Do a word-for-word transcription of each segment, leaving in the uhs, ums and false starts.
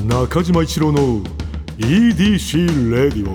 中島一郎の イーディーシー レディオ。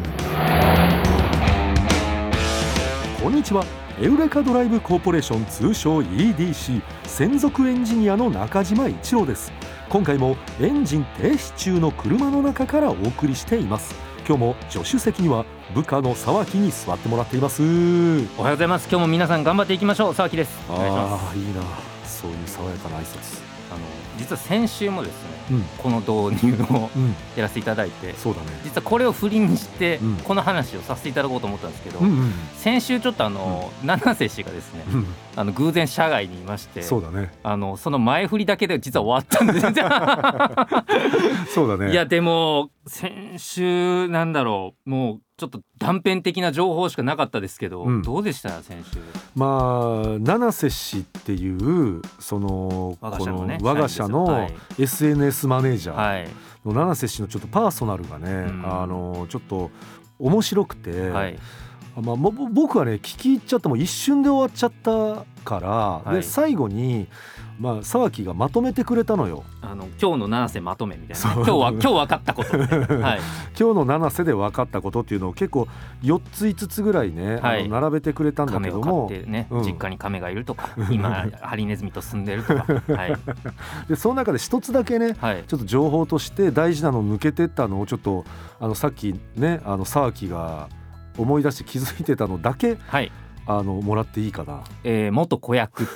こんにちは。エウレカドライブコーポレーション、通称 イーディーシー 専属エンジニアの中島一郎です。今回もエンジン停止中の車の中からお送りしています。今日も助手席には部下の沢木に座ってもらっています。 おはようございます。今日も皆さん頑張っていきましょう。沢木です。お願いします。 ああ、いいな、そういう爽やかな挨拶。 あの実は先週もですね、うん、この導入をやらせていただいて、うん、 そうだね、 実はこれを振りにして、 うん、 この話をさせていただこうと思ったんですけど、 うんうん、 先週ちょっとあの、うん、七瀬氏がですね、うん、あの偶然社外にいまして、 そうだね、 あのその前振りだけで実は終わったんですそうだね。 いやでも先週なんだろう、もうちょっと断片的な情報しかなかったですけど、うん、どうでした先週。 まあ七瀬氏っていうその我が社のね、 我が社の エスエヌエス マネージャーの七瀬氏のちょっとパーソナルがね、はい、あのちょっと面白くて、はい、まあ、僕はね聞き入っちゃった、もう一瞬で終わっちゃったから、はい、で最後にまあ、沢木がまとめてくれたのよ。 あの今日の七瀬まとめみたいな、ね、今日は今日分かったこと、ね、はい、 今日の七瀬で分かったことっていうのを結構よっついつつぐらいね、はい、あの並べてくれたんだけども、 亀を飼ってね、うん、実家に亀がいるとか今ハリネズミと住んでるとか、はい、 でその中で一つだけね、はい、ちょっと情報として大事なの抜けてったのをちょっとあのさっきね、あの沢木が思い出して気づいてたのだけ、はい、あのもらっていいかな。 えー、元子役こ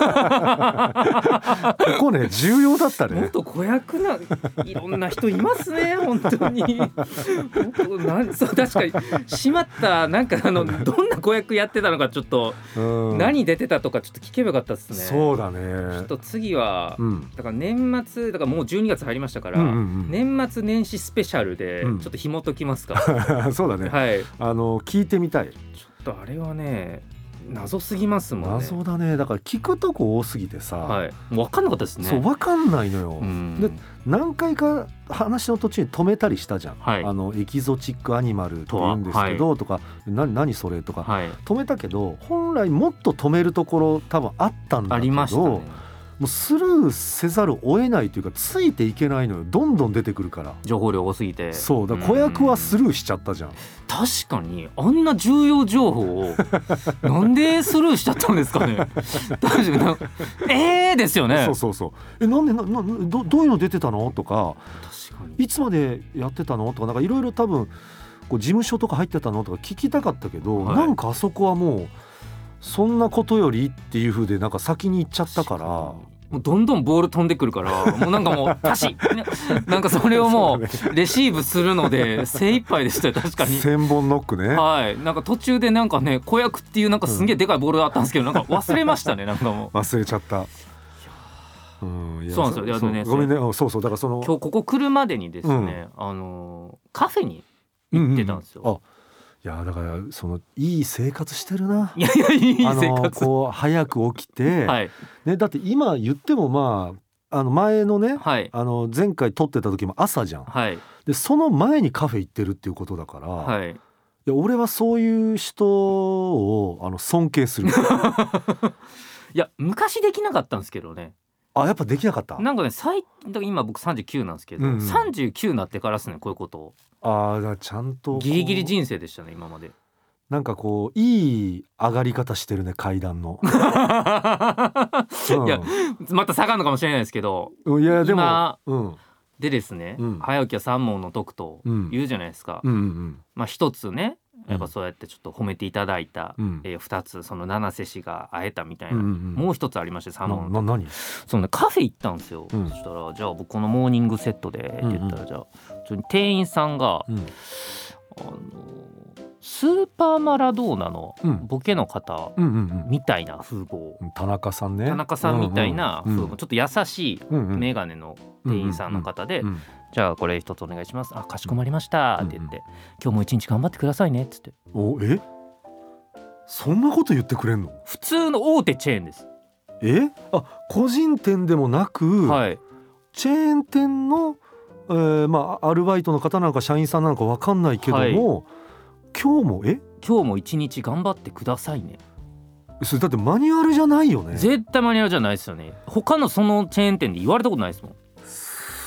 こね重要だったね。 元子役な、いろんな人いますね本当に本当なんそう、確かにしまった、なんかあのどんな子役やってたのかちょっと、うん、何出てたとかちょっと聞けばよかったですね。 そうだね。 ちょっと次は、うん、だから年末だからもうじゅうにがつ入りましたから、うんうんうん、年末年始スペシャルでちょっと紐解きますか、 うん、そうだね、はい、あの聞いてみたい。 ちょっとあれはね謎すぎますもんね。 謎だね。だから聞くとこ多すぎてさ、 はい、もう分かんなかったですね。 そう分かんないのよ、うん、で何回か話の途中に止めたりしたじゃん、はい、あのエキゾチックアニマルって言うんですけど、はい、とかな何それとか、はい、止めたけど本来もっと止めるところ多分あったんだけど、ありましたね。もうスルーせざるを得ないというか、ついていけないのよ。どんどん出てくるから、情報量多すぎて。 そうだから子役はスルーしちゃったじゃん。 確かにあんな重要情報をなんでスルーしちゃったんですかね。確かにえーですよね。 そうそうそう、えなんでなな ど, どういうの出てたのとか、確かにいつまでやってたのとか、なんかいろいろ多分こう事務所とか入ってたのとか聞きたかったけど、はい、なんかあそこはもうそんなことよりっていう風でなんか先に行っちゃったから、 もうどんどんボール飛んでくるからもうなんかもうパシッなんかそれをもうレシーブするので精一杯でしたよ。確かに千本ノックね。 はい、なんか途中でなんかね子役っていうなんかすんげえでかいボールがあったんですけど、なんか忘れましたね。なんかもう忘れちゃった。 うん、いやそうなんですよ。ね、 ごめんね。そうそう、だからその今日ここ来るまでにですね、うん、あのカフェに行ってたんですよ。 うんうん、あ、いやだからそのいい生活してるな。 いやいやいい生活、 あのこう早く起きて、 はいね、だって今言ってもまああの前のね、 はい、 あの前回撮ってた時も朝じゃん、 はい、 でその前にカフェ行ってるっていうことだから、はい、いや俺はそういう人をあの尊敬する。 いや昔できなかったんですけどね。 あ、やっぱできなかった。 なんかね、最だから今僕さんじゅうきゅうなんですけど、うんうん、さんじゅうきゅうになってからですね、こういうことを。ああ、だからちゃんとギリギリ人生でしたね今まで。 なんかこういい上がり方してるね、階段の。うん、 いやまた下がるのかもしれないですけど、 いやでも今、 うん、 でですね、うん、早起きは三問の得と言うじゃないですか、 うんうんうん、 まあ一つね、やっぱそうやってちょっと褒めていただいた、うん、えー、ふたつその七瀬氏が会えたみたいな、うんうん、もう一つありましてさん問なな何その、ね、カフェ行ったんですよ、うん、そしたらじゃあ僕このモーニングセットでって言ったら、うんうん、じゃあちょ店員さんが、うん、あのスーパーマラドーナのボケの方みたいな風貌、 うん、田中さんね、 田中さんみたいな風貌、うんうん、ちょっと優しいメガネの店員さんの方で、うんうんうん、じゃあこれ一つお願いします。あ、かしこまりましたって言って、うんうん、今日も一日頑張ってくださいねっつって。 おえそんなこと言ってくれんの？ 普通の大手チェーンです。 えあ個人店でもなく、はい、チェーン店の、えーまあ、アルバイトの方なのか社員さんなのか分かんないけども、はい、今日もえ今日も一日頑張ってくださいね。 それだってマニュアルじゃないよね。 絶対マニュアルじゃないですよね。他のそのチェーン店で言われたことないですもん。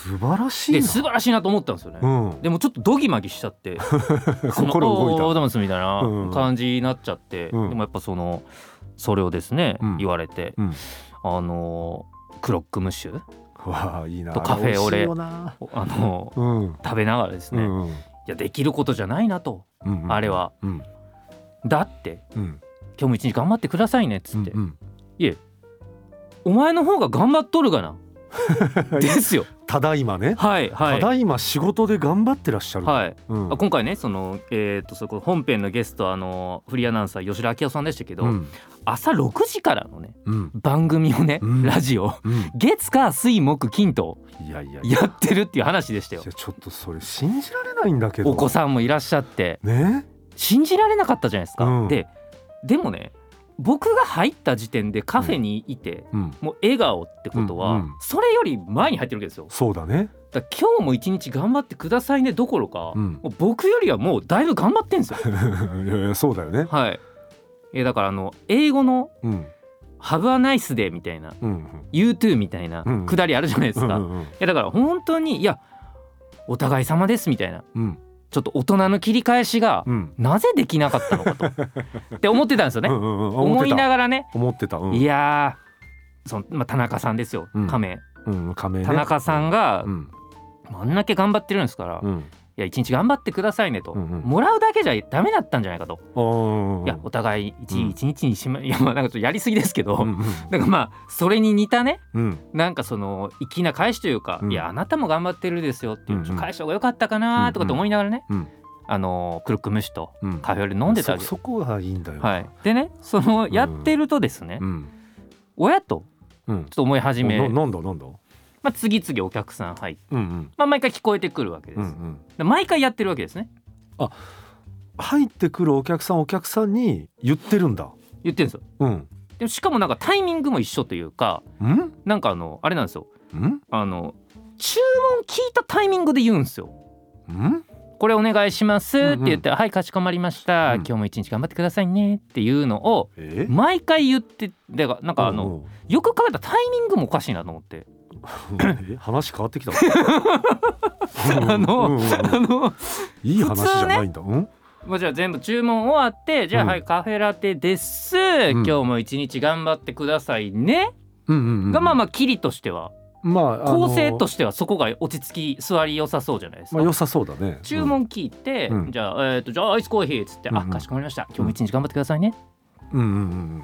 素晴らしいな。 で素晴らしいなと思ったんですよね、うん、でもちょっとドギマギしちゃって心動いたおーダムスみたいな感じになっちゃって、うん、でもやっぱそのそれをですね、うん、言われて、うん、あのクロックムッシュわあいいなとカフェオレあの、うん、食べながらですね、うんうん、いやできることじゃないなと、うんうん、あれは、うん、だって、うん、今日も一日頑張ってくださいねっつって、うんうん、いえお前の方が頑張っとるがなですよただいまね、 はいはい、 ただいま仕事で頑張ってらっしゃる、 はいうん、今回ねその、えー、とそこ本編のゲストあのフリーアナウンサー吉田明夫さんでしたけど、うん、朝ろくじからのね、うん、番組をね、うん、ラジオ、うん、月火水木金といやいややってるっていう話でしたよ。 いやちょっとそれ信じられないんだけど。 お子さんもいらっしゃって、 ね、 信じられなかったじゃないですか、うん、ででもね僕が入った時点でカフェにいて、うん、もう笑顔ってことは、うんうん、それより前に入ってるわけですよ。 そうだね。 だから今日も一日頑張ってくださいねどころか、うん、もう僕よりはもうだいぶ頑張ってんですよいやいやそうだよね。 はい。えだからあの英語の、うん、Have a nice day みたいな、うんうん、You too みたいなくだりあるじゃないですか、うんうんうん、いやだから本当にいやお互い様ですみたいな、うんちょっと大人の切り返しがなぜできなかったのかと、うん、って思ってたんですよね、うんうんうん、思いながらね思ってた、うん、 いやその、まあ、田中さんですよ、うん、亀、 うん、亀ね、 田中さんが、うん、あんだけ頑張ってるんですから、うん、いや一日頑張ってくださいねと、うんうん、もらうだけじゃダメだったんじゃないかと、うんうん、いやお互い一、うん、一日にしまいやまあなんかちょっとやりすぎですけど、うんうん、なんかまあそれに似たね、うん、なんかその粋な返しというか、うん、いやあなたも頑張ってるですよっていう、うんうん、返した方が良かったかなとかって思いながらね、うんうんあのクロックムッシュとカフェオレ飲んでたわけ、 うん、そ, そこはいいんだよ、 はい、でねそのやってるとですね、うん、親とちょっと思い始め、うん、 なんだなんだ、 まあ、次々お客さん入って、うんうんまあ、毎回聞こえてくるわけです、うんうん、で毎回やってるわけですね。 あ入ってくるお客さんお客さんに言ってるんだ。 言ってるんですよ、うん、でしかもなんかタイミングも一緒というかんなんかあのあれなんですよんあの注文聞いたタイミングで言うんですよ。んこれお願いしますって言って、うんうん、はいかしこまりました、うん、今日も一日頑張ってくださいねっていうのを毎回言ってでなんかあの、うんうん、よく考えたらタイミングもおかしいなと思って話変わってきたあの、うんうんうん、あのいい話じゃないんだ、ね、 うん、じゃあ全部注文終わってじゃあ、うん、はいカフェラテです、うん、今日も一日頑張ってくださいね、うんうんうん、がまあまあキリとしてはまあ、構成としてはそこが落ち着き座り良さそうじゃないですか、 まあ、良さそうだね。 注文聞いて、うん、じゃあ、えーと、じゃあアイスコーヒーっつって、うんうん、あかしこまりました今日も一日頑張ってくださいね、うんうんうん、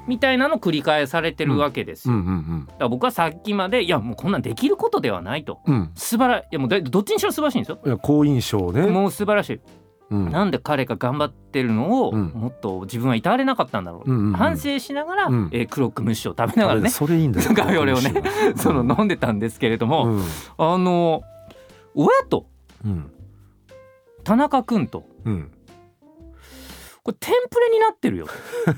みたいなの繰り返されてるわけですよ、うんうんうん、だから僕はさっきまでいやもうこんなんできることではないと、うん、素晴らいやもうどっちにしろ素晴らしいんですよ。 いや好印象ね。 もう素晴らしい、うん、なんで彼が頑張ってるのを、うん、もっと自分はいたわれなかったんだろう、うんうんうん、反省しながら、うんえー、クロックムッシュを食べながらねそれいいんだよカフェオレをねその飲んでたんですけれども、うん、あの親と、うん、田中君と、うん、これテンプレになってるよ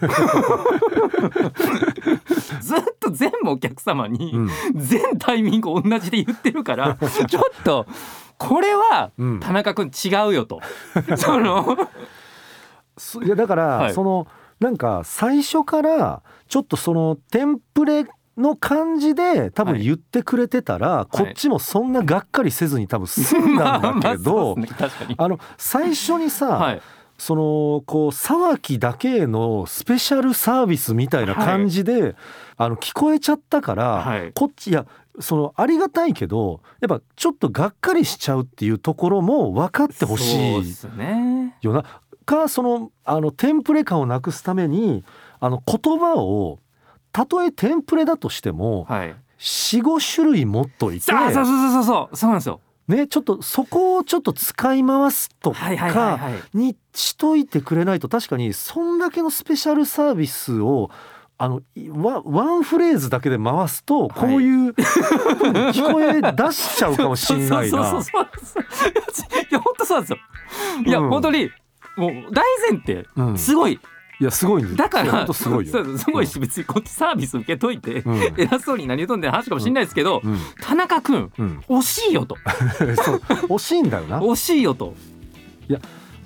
ずっと全部お客様に、うん、全タイミング同じで言ってるからちょっとこれは田中君違うよと、うん、そのいやだから、はい、そのなんか最初からちょっとそのテンプレの感じで多分言ってくれてたら、はい、こっちもそんながっかりせずに多分済んだんだけど、まあまあそうですね、確かにあの最初にさ、はいそのこう沢木だけのスペシャルサービスみたいな感じで、はい、あの聞こえちゃったから、はい、こっちいやそのありがたいけどやっぱちょっとがっかりしちゃうっていうところも分かってほしいよな。かそのあのテンプレ感をなくすためにあの言葉をたとえテンプレだとしても、はい、よん、ご種類持っといてそうそうそうそうそうそうなんですよね、ちょっとそこをちょっと使い回すとかにしといてくれないと確かにそんだけのスペシャルサービスをあの ワ, ワンフレーズだけで回すとこういう聞こえ出しちゃうかもしんないな。そうそうそうそういや本当そうなんですよ。いや、うん、本当にもう大前提すごい、うんいやすごいんだからすごいよそうすごいし別にこっちサービス受けといて、うん、偉そうに何言うとんねん話かもしれないですけど、うん、田中君、うん、惜しいよとそう惜しいんだよな惜しいよといや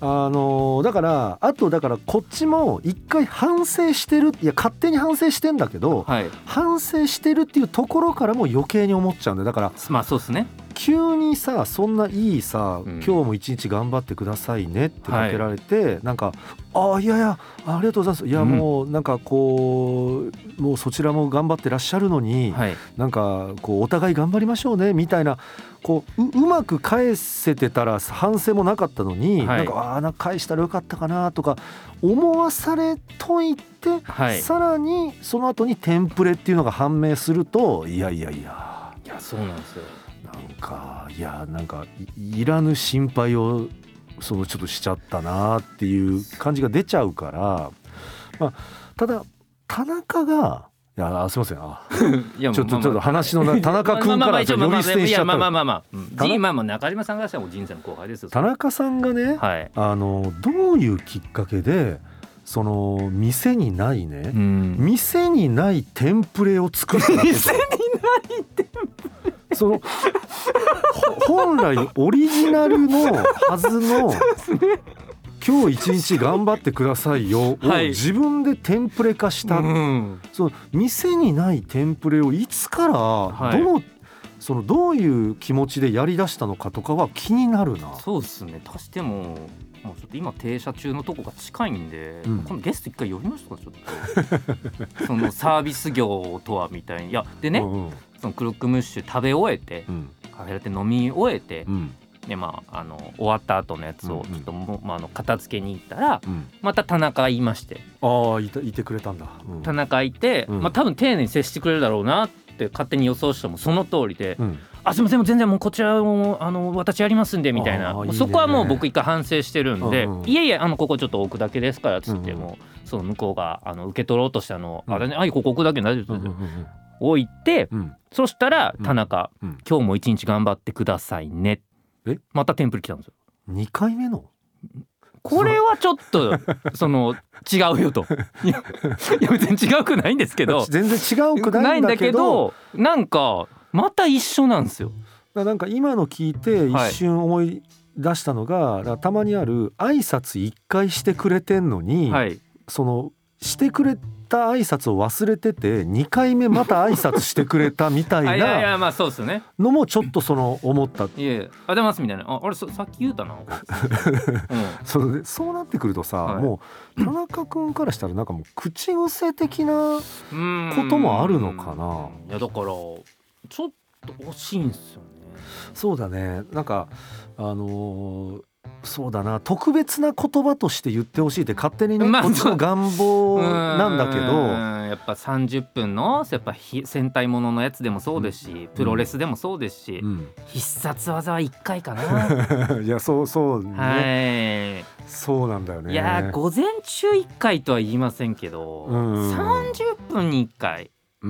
あのー、だからあとだからこっちも一回反省してる、いや勝手に反省してんだけど、はい、反省してるっていうところからも余計に思っちゃうんだよ。だからまあそうですね、 急にさそんないいさ、うん、今日も一日頑張ってくださいねってかけられて、はい、なんかあいやいやありがとうございます、いやもうなんかこうもうそちらも頑張ってらっしゃるのに、はい、なんかこうお互い頑張りましょうねみたいな、こう う, うまく返せてたら反省もなかったのに、はい、なんかあなんか返したらよかったかなとか思わされといて、はい、さらにその後にテンプレっていうのが判明するといやいやいやいやそうなんですよ、 なんかいやなんか い, いらぬ心配をそのちょっとしちゃったなっていう感じが出ちゃうから、まあ、ただ田中がいやすいませんあいやちょっとちょっと話の田中君から呼び捨てにしちゃった。 まあまあまあまあまあまあ中島さんがしたらもう人生の後輩ですよ。 田中さんがね、はい、あのどういうきっかけでその店にないね、うん、店にないテンプレを作った店にないテンプレその本来オリジナルのはずの今日一日頑張ってくださいよを自分でテンプレ化した、はい、うん、その店にないテンプレをいつからどの、はい、そのどういう気持ちでやりだしたのかとかは気になるな。 そうですね、足してももうちょっと今停車中のとこが近いんで、うん、今度ゲスト一回呼びましたかちょっとそのサービス業とはみたいに。いやでね、うんうん、そのクロックムッシュ食べ終えて、うん、カフェラテ飲み終えて、うん、でまあ、あの終わった後のやつをちょっとも、うんうん、まあ、あの片付けに行ったら、うん、また田中いまして、 ああ い, いてくれたんだ、 うん、田中いて、うん、まあ、多分丁寧に接してくれるだろうなって勝手に予想してもその通りで、うん、あすいません全然もうこちらもあの私やりますんでみたいな、いいね、そこはもう僕一回反省してるんで、うんうん、いえいえあのここちょっと置くだけですからっつっても、うんうん、その向こうがあの受け取ろうとしたのを、うん、あれね、はいここ置くだけ大丈夫です、うんうんうん、置いて、うん、そしたら田中、うんうん、今日も一日頑張ってくださいね、えまたテンプレ来たんですよ。 にかいめのこれはちょっとその違うよといや別に違うくないんですけど全然違うくないんだけどなんかまた一緒なんですよ。 なんか今の聞いて一瞬思い出したのが、はい、たまにある挨拶いっかいしてくれてんのに、はい、そのしてくれた挨拶を忘れててにかいめまた挨拶してくれたみたいなのもちょっとその思った。 いやいやあ出ますみたいな、ああれさっき言うたな、うん、 そうそうなってくるとさ、はい、もう田中君からしたらなんかもう口癖的なこともあるのかな。 いやだからちょっと惜しいんですよね。 そうだね、なんかあのーそうだな、特別な言葉として言ってほしいって勝手にね、まあ、こっちの願望なんだけど、 やっぱさんじゅっぷんのやっぱ戦隊もののやつでもそうですし、うん、プロレスでもそうですし、うん、必殺技はいっかいかないやそうそうね、はい、そうなんだよね。 いや午前中いっかいとは言いませんけど、うん、さんじゅっぷんにいっかい、うん、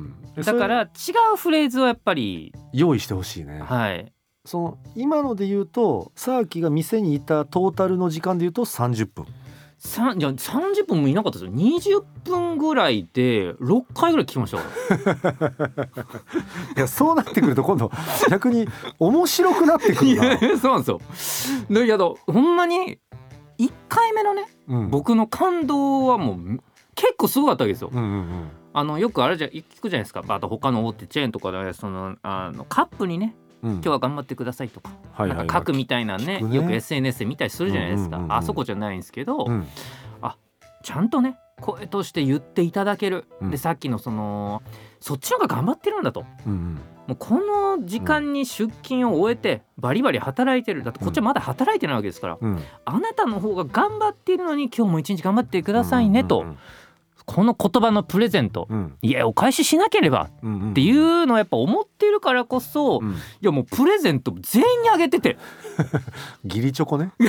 だから違うフレーズをやっぱり用意してほしいね。 はい、 その今ので言うとサーキが店にいたトータルの時間で言うとさんじゅっぷん。 さんじゃさんじゅっぷんもいなかったですよ。にじゅっぷんぐらいでろっかいぐらい聞きましたからいやそうなってくると今度逆に面白くなってくるな。 いやそうなんですよ。いやほんまにいっかいめのね、うん、僕の感動はもう結構すごかったわけですよ、うんうんうん、あのよくあれじゃ聞くじゃないですか、あと他の大手チェーンとかでそのあのカップにね、うん、今日は頑張ってくださいとか、はいはいはい、なんか書くみたいな ね, ねよく エスエヌエス で見たりするじゃないですか、うんうんうんうん、あそこじゃないんですけど、うん、あちゃんとね声として言っていただける、うん、でさっきのそのそっちの方が頑張ってるんだと、うんうん、もうこの時間に出勤を終えてバリバリ働いてる、だってこっちはまだ働いてないわけですから、うん、あなたの方が頑張っているのに今日も一日頑張ってくださいねと、うんうんうん、この言葉のプレゼント、うん、いやお返ししなければっていうのをやっぱ思っているからこそ、うん、いやもうプレゼント全員にあげてて義理チョコね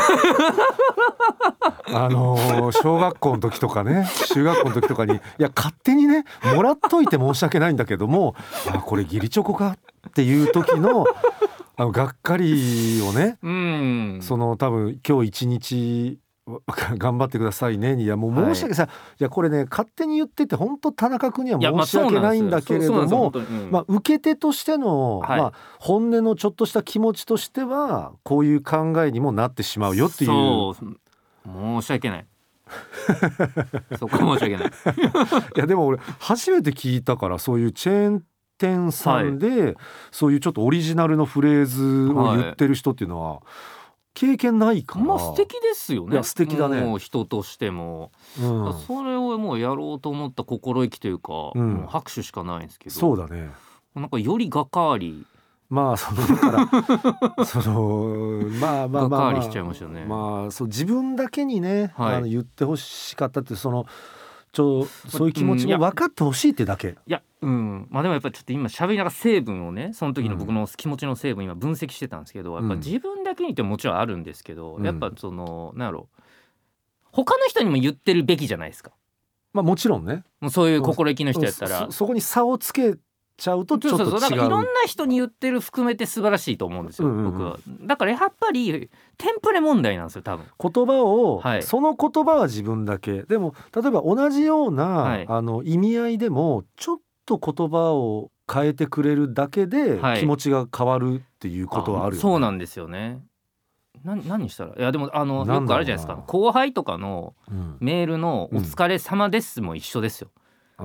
あのー、小学校の時とかね中学校の時とかにいや勝手にねもらっといて申し訳ないんだけどもあこれ義理チョコかっていう時のあのがっかりをね、うん、その多分今日一日頑張ってくださいね。いやもう申し訳ない、はい、いやこれね勝手に言ってて本当田中君には申し訳ないんだけれども、まあ、受け手としての、はい、まあ、本音のちょっとした気持ちとしてはこういう考えにもなってしまうよっていう。 そう申し訳ないそこ申し訳ないいやでも俺初めて聞いたから、そういうチェーン店さんで、はい、そういうちょっとオリジナルのフレーズを言ってる人っていうのは、はい、経験ないから。 まあ素敵ですよね。 いや素敵だね。 もう人としても、うん、それをもうやろうと思った心意気というか、うん、もう拍手しかないんですけど。 そうだね。 なんかよりがかわりまあそのだからそのまあまあまあ、まあ、 がかわりしちゃいましたね。 まあそう自分だけにね、はい、あの言ってほしかったって、そのちょそういう気持ちも分かってほしいってだけ。 いや、うん、まあでもやっぱりちょっと今喋りながら成分をね、その時の僕の気持ちの成分今分析してたんですけど、うん、やっぱ自分だけにってもちろんあるんですけど、うん、やっぱそのなんやろ、他の人にも言ってるべきじゃないですか。 まあもちろんね。 もうそういう心意気の人やったらそ, そこに差をつけちゃうとちょっと違う。 そうそうそう、だからいろんな人に言ってる含めて素晴らしいと思うんですよ、うんうんうん、僕は。だからやっぱりテンプレ問題なんですよ多分。 言葉を、はい、その言葉は自分だけでも、例えば同じような、はい、あの意味合いでもちょっと言葉を変えてくれるだけで気持ちが変わるっていうことはあるよね、はい、 そうなんですよね。な何したら、いやでもあのよくあるじゃないですか、後輩とかのメールのお疲れ様ですも一緒ですよ、うん、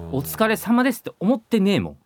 お疲れ様ですって思ってねえもん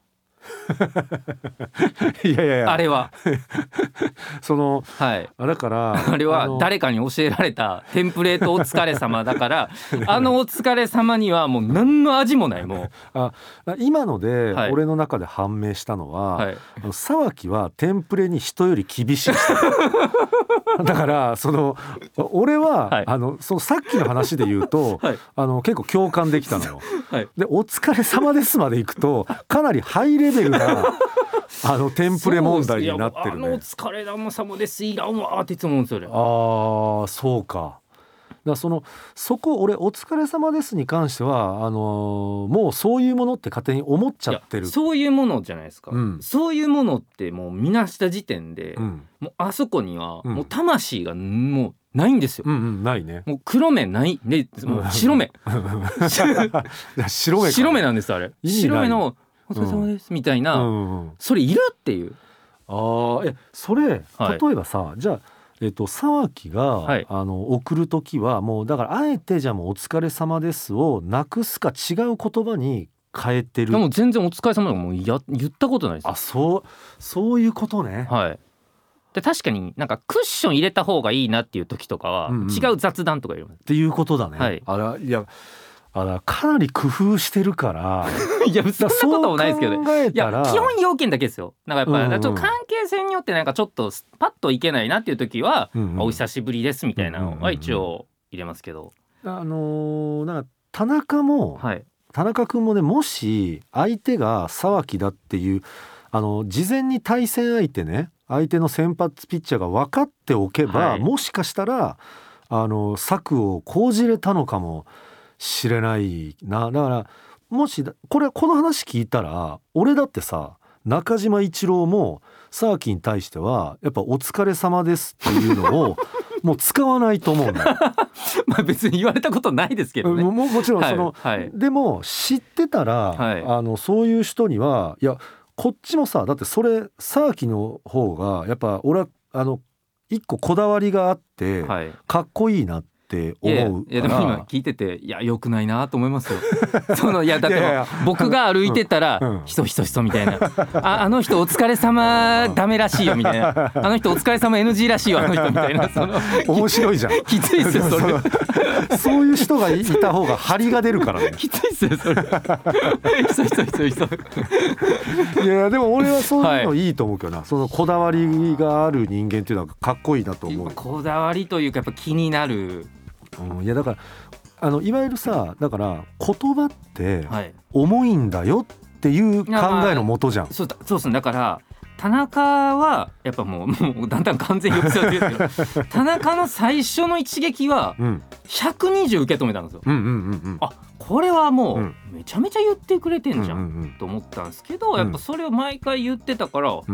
いやいやいやあれはその、 はい、 だからあれは誰かに教えられたテンプレートお疲れ様だからあのお疲れ様にはもう何の味もない。もうあ今ので俺の中で判明したのは、はい、あの沢木はテンプレに人より厳しいだからその俺は、はい、あのそのさっきの話で言うと、はい、あの結構共感できたのよ、はい、でお疲れ様ですまでいくとかなりハイレベルなあのテンプレ問題になってるね。 あのお疲れ様ですいらんわっていつも思うんですよね。 ああそうか。だからそのそこ俺お疲れ様ですに関してはあのー、もうそういうものって勝手に思っちゃってる。 そういうものじゃないですか、うん、そういうものってもう見なした時点で、うん、もうあそこにはもう魂がもうないんですよ、 うんうん、ないね。 もう黒目ないでもう白目白目白目なんですあれ。白目のお疲れ様です、うん、みたいな、うんうん、それいるっていう。 あえそれ、はい、例えばさじゃあえっと、沢木が、はい、あの送るときはもうだからあえてじゃあもうお疲れ様ですをなくすか違う言葉に変えてる。 でも全然お疲れ様でもや言ったことないです。 あそうそういうことね。 はい。で確かになんかクッション入れた方がいいなっていう時とかは、うんうん、違う雑談とか入れますっていうことだね、はい、あらいやあらかなり工夫してるからいやそんなこともないですけどね。 いや基本要件だけですよ。なんかやっぱ、うんうん、ちょっと関係性によってなんかちょっとパッといけないなっていう時は、うんうん、お久しぶりですみたいなのは一応入れますけど、 あのー、なんか田中も、はい、田中君もねもし相手が沢木だっていうあの事前に対戦相手ね相手の先発ピッチャーが分かっておけば、はい、もしかしたらあの策を講じれたのかも知れないな。だからもしこれこの話聞いたら俺だってさ中島一郎も沢木に対してはやっぱお疲れ様ですっていうのをもう使わないと思うんだよまあ別に言われたことないですけどね。 も, もちろんその、はいはい、でも知ってたら、はい、あのそういう人にはいやこっちもさだってそれ沢木の方がやっぱ俺はあの一個こだわりがあって、はい、かっこいいなってって思うから。いや、いやでも今聞いてていや良くないなと思いますよそのいやだってもういやいや僕が歩いてたら、うん、ひそひそひそみたいなあ, あの人お疲れ様ダメらしいよみたいなあの人お疲れ様 エヌジー らしいよあの人みたいなその面白いじゃんきついっすよそれそういう人がいた方が張りが出るからねきついっすよそれひそひそひそひそいやでも俺はそういうのいいと思うけどな、はい、そのこだわりがある人間っていうのはかっこいいなと思う。 こだわりというかやっぱ気になる。 うん、いやだからあのいわゆるさだから言葉って重いんだよっていう考えのもとじゃん、 まあ、そうだそうですね。だから田中はやっぱもう、もうだんだん完全に抑制してるですけど田中の最初の一撃はひゃくにじゅう受け止めたんですよ、うんうんうんうん、あこれはもうめちゃめちゃ言ってくれてんじゃん、うんうんうん、と思ったんですけどやっぱそれを毎回言ってたから、うん、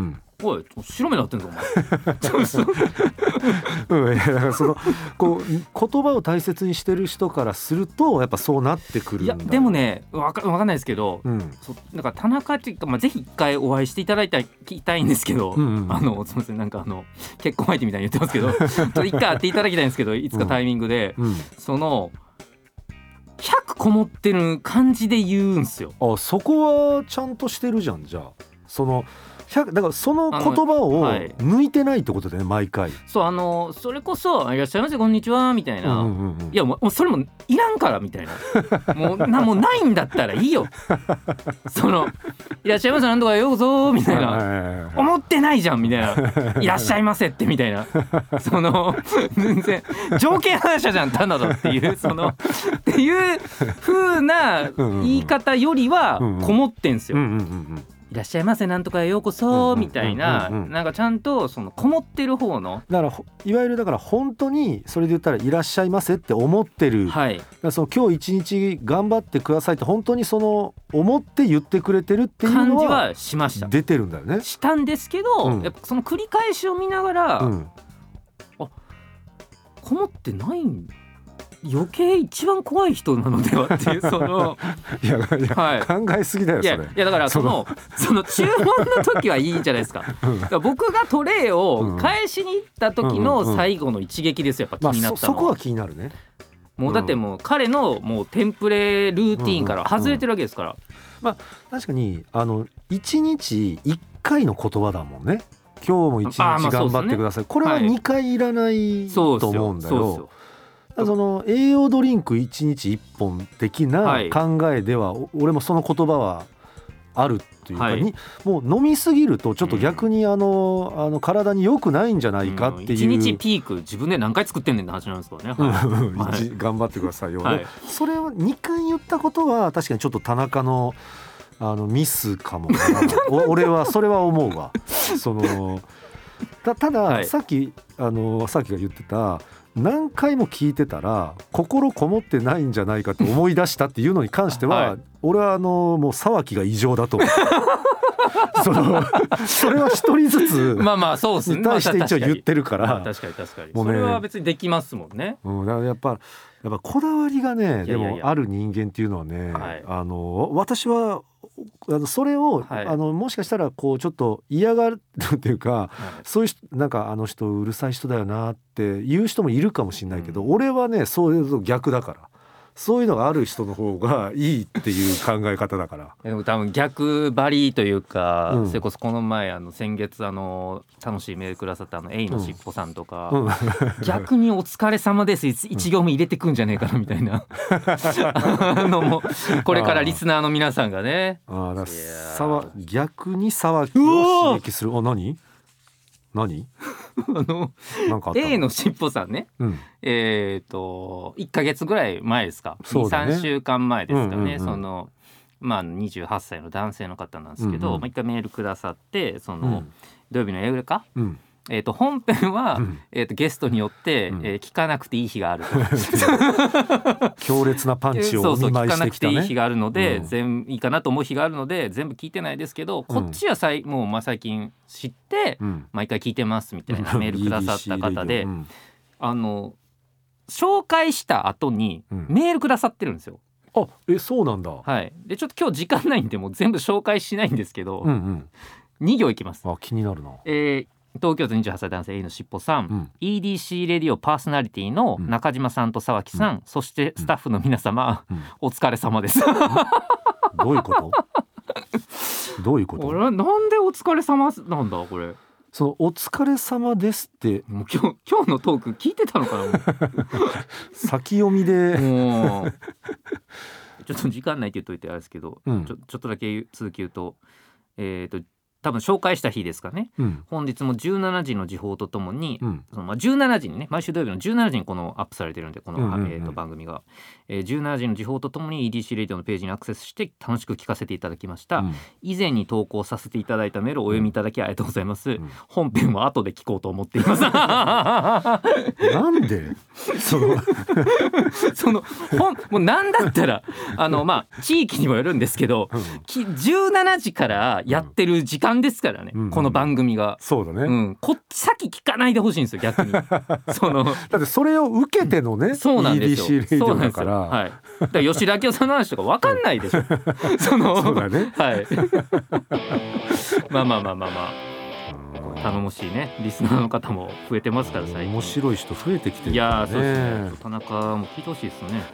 おい白目なってんぞお前うん、いやだからそのこう言葉を大切にしてる人からするとやっぱそうなってくるんだ。 いやでもねわ か, わかんないですけど、うん、そだから田中っていうか、まあ、ぜひ一回お会いしていただいたら聞きたいんですけど、うんうん、あのすみませんなんかあの結婚相手みたいに言ってますけどちょっと一回会っていただきたいんですけどいつかタイミングで、うんうん、そのひゃくこもってる感じで言うんすよ。 あそこはちゃんとしてるじゃん。じゃあそのだからその言葉を抜いてないってことだよね、はい、毎回。 そうあのそれこそいらっしゃいませこんにちはみたいな、うんうんうん、いやもうそれもいらんからみたいなもうなもうないんだったらいいよそのいらっしゃいませなんとかようぞみたいな思ってないじゃんみたいないらっしゃいませってみたいなその全然条件反射じゃんただのっていうそのっていう風な言い方よりはこもってんすよ。うんうんうんうんいらっしゃいませなんとかようこそみたいな、なんかちゃんとそのこもってる方のだからいわゆるだから本当にそれで言ったらいらっしゃいませって思ってる、はい、だからその今日一日頑張ってくださいって本当にその思って言ってくれてるっていうのは感じはしました。 出てるんだよね。 したんですけど、うん、やっぱその繰り返しを見ながら、うん、あこもってないん余計一番怖い人なのではっていうそのいやいや、はい、考えすぎだよそれ。いや、いやだからそのその注文の時はいいじゃないですか、うん、だから僕がトレーを返しに行った時の最後の一撃ですよやっぱ気になったのは、まあ、そ, そこは気になるね。 もうだってもう彼のもうテンプレルーティーンから外れてるわけですから、うんうんうん、 まあ確かにあのいちにちいっかいの言葉だもんね。今日もいちにち頑張ってください、まあね、これはにかいいらないと思うんだよ、はいその栄養ドリンクいちにちいっぽん的な考えでは、はい、俺もその言葉はあるっていうか、はい、にもう飲みすぎるとちょっと逆にあの、うん、あの体に良くないんじゃないかっていう、うん、いちにちピーク自分で何回作ってんねんって話なんですからね、 はい、頑張ってくださいよ、はい、それをにかい言ったことは確かにちょっと田中のあのミスかもな俺はそれは思うわその た, ただ、はい、さっきあのさっきが言ってた何回も聞いてたら心こもってないんじゃないかと思い出したっていうのに関しては、はい、俺はあのもう沢木が異常だと思うそのそれは一人ずつまあまあそうですねに対して一応言ってるから、 まあ、確かに確かに、もうね、それは別にできますもんね、 うん、だからやっぱやっぱこだわりがねいやいやいやでもある人間っていうのはね、はい、あの私はあのそれを、はい、あのもしかしたらこうちょっと嫌がるっていうか、はい、そういう人なんかあの人うるさい人だよなって言う人もいるかもしれないけど、うん、俺はねそういうの逆だからそういうのがある人の方がいいっていう考え方だからでも多分逆張りというか、うん、それこそこの前あの先月あの楽しいメールくださったあのエイのしっぽさんとか、うんうん、逆にお疲れ様です一行目入れてくんじゃねえかなみたいなあのもこれからリスナーの皆さんがねあださわ逆に騒ぎを刺激する。あ何何あのなんかあったの A のしっぽさんね、うん、えっ、ー、といっかげつぐらい前ですか、ね、にさんしゅうかんまえですかね、うんうんうん、そのまあにじゅうはっさいの男性の方なんですけど、うんうんまあ、いっかいメールくださってその、うん、土曜日のエウレカ、うんえー、と本編は、うんえー、とゲストによって、うんえー、聞かなくていい日があると強烈なパンチをお見舞いしてきたね。そうそう聞かなくていい日があるので、うん、全いいかなと思う日があるので全部聞いてないですけど、こっちはさいもうまあ最近知って、うん、毎回聞いてますみたいなメールくださった方で、うん、あの紹介した後にメールくださってるんですよ、 うん、あえそうなんだ、 はい、でちょっと今日時間ないんでもう全部紹介しないんですけど、うんうん、に行いきます。 あ気になるな、 えー東京都にじゅうはっさい男性 A のしっぽさん、うん、イーディーシー レディオパーソナリティの中島さんと沢木さん、うん、そしてスタッフの皆様、うん、お疲れ様ですどういうことどういうこと俺なんでお疲れ様なんだこれ。 そのお疲れ様ですってもう今日、今日のトーク聞いてたのかなもう先読みでもうちょっと時間ないって言っといてあれですけど、うん、ちょ、ちょっとだけ続き言うとえーと多分紹介した日ですかね、うん、本日もじゅうしちじの時報とともに、うん、そのまあじゅうしちじにね毎週土曜日のじゅうしちじにこのアップされてるんでこの、うんうんうんえー、と番組が、えー、じゅうしちじの時報とともに イーディーシー レディオのページにアクセスして楽しく聞かせていただきました、うん、以前に投稿させていただいたメールをお読みいただきありがとうございます、うん、本編は後で聞こうと思っていますなんでそのその本もうなんだったらあのまあ地域にもよるんですけど、うん、じゅうしちじからやってる時間番ですからね、うんうん、この番組が。 そうだね、 うん、こっち先聞かないでほしいんですよ逆にそのだってそれを受けてのね、 そうなんですよイーディーシー レディオだから、 はい、だから吉田明夫さんの話とか分かんないでしょそのそうだね、 はい、まあまあまあまあまあ頼もしいねリスナーの方も増えてますから最近。 面白い人増えてきてる、ね、 いやそうですね、田中も聞いてほしいですね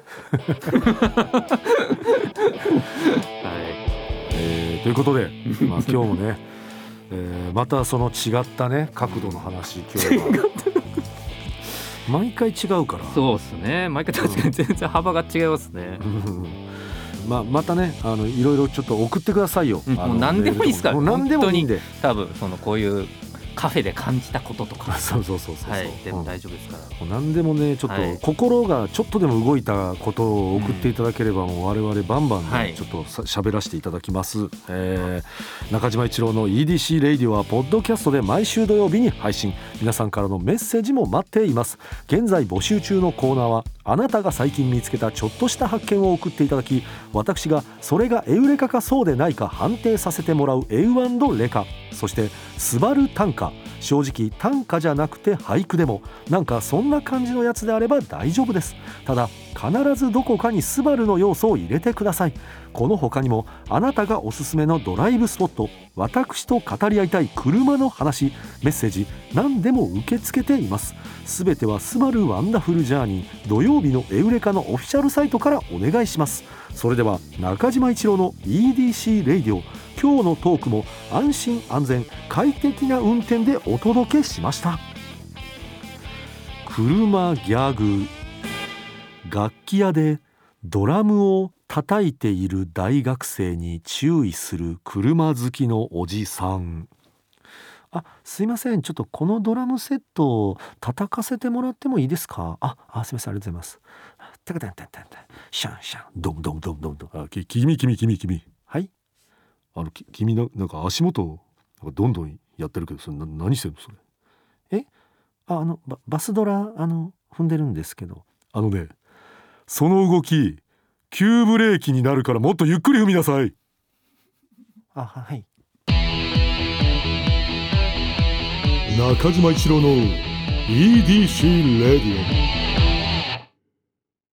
はいえー、ということで、まあ、今日もね、えー、またその違ったね角度の話今日は毎回違うから。 そうですね、毎回確かに全然幅が違いますねまあ、またねあのいろいろちょっと送ってくださいよ、 うん、もう何でもいいですから、 もう何でもいいんで、 多分そのこういうカフェで感じたこととかそうそうそうそう、 はい、でも大丈夫ですから、 うん、もう何でもねちょっと心がちょっとでも動いたことを送っていただければ、もう我々バンバンねちょっと喋らせていただきます、えー、中島一郎の イーディーシー レイディオはポッドキャストで毎週土曜日に配信。皆さんからのメッセージも待っています。現在募集中のコーナーはあなたが最近見つけたちょっとした発見を送っていただき、私がそれがエウレカかそうでないか判定させてもらうエウ&レカ。そしてスバル短歌、正直短歌じゃなくて俳句でもなんかそんな感じのやつであれば大丈夫です。ただ必ずどこかにスバルの要素を入れてください。この他にもあなたがおすすめのドライブスポット、私と語り合いたい車の話、メッセージ何でも受け付けています。すべてはスバルワンダフルジャーニー土曜日のエウレカのオフィシャルサイトからお願いします。それでは中島一郎の イーディーシー レイディオ、今日のトークも安心安全快適な運転でお届けしました。車ギャグ、楽器屋でドラムを叩いている大学生に注意する車好きのおじさん。あ、すいません、ちょっとこのドラムセットを叩かせてもらってもいいですか。あ、あ、すいません、ありがとうございます。タカタンタンタンタン、シャンシャン、ドンドンドンドンドン。あ、き、君君君君。はい。あの、き、君のなんか足元なんかどんどんやってるけど、それな何してるのそれ。え、あ、あのバ、バスドラあの踏んでるんですけど。あのね、その動き急ブレーキになるからもっとゆっくり踏みなさい。あ、はい。中島一郎の イーディーシー レディオ。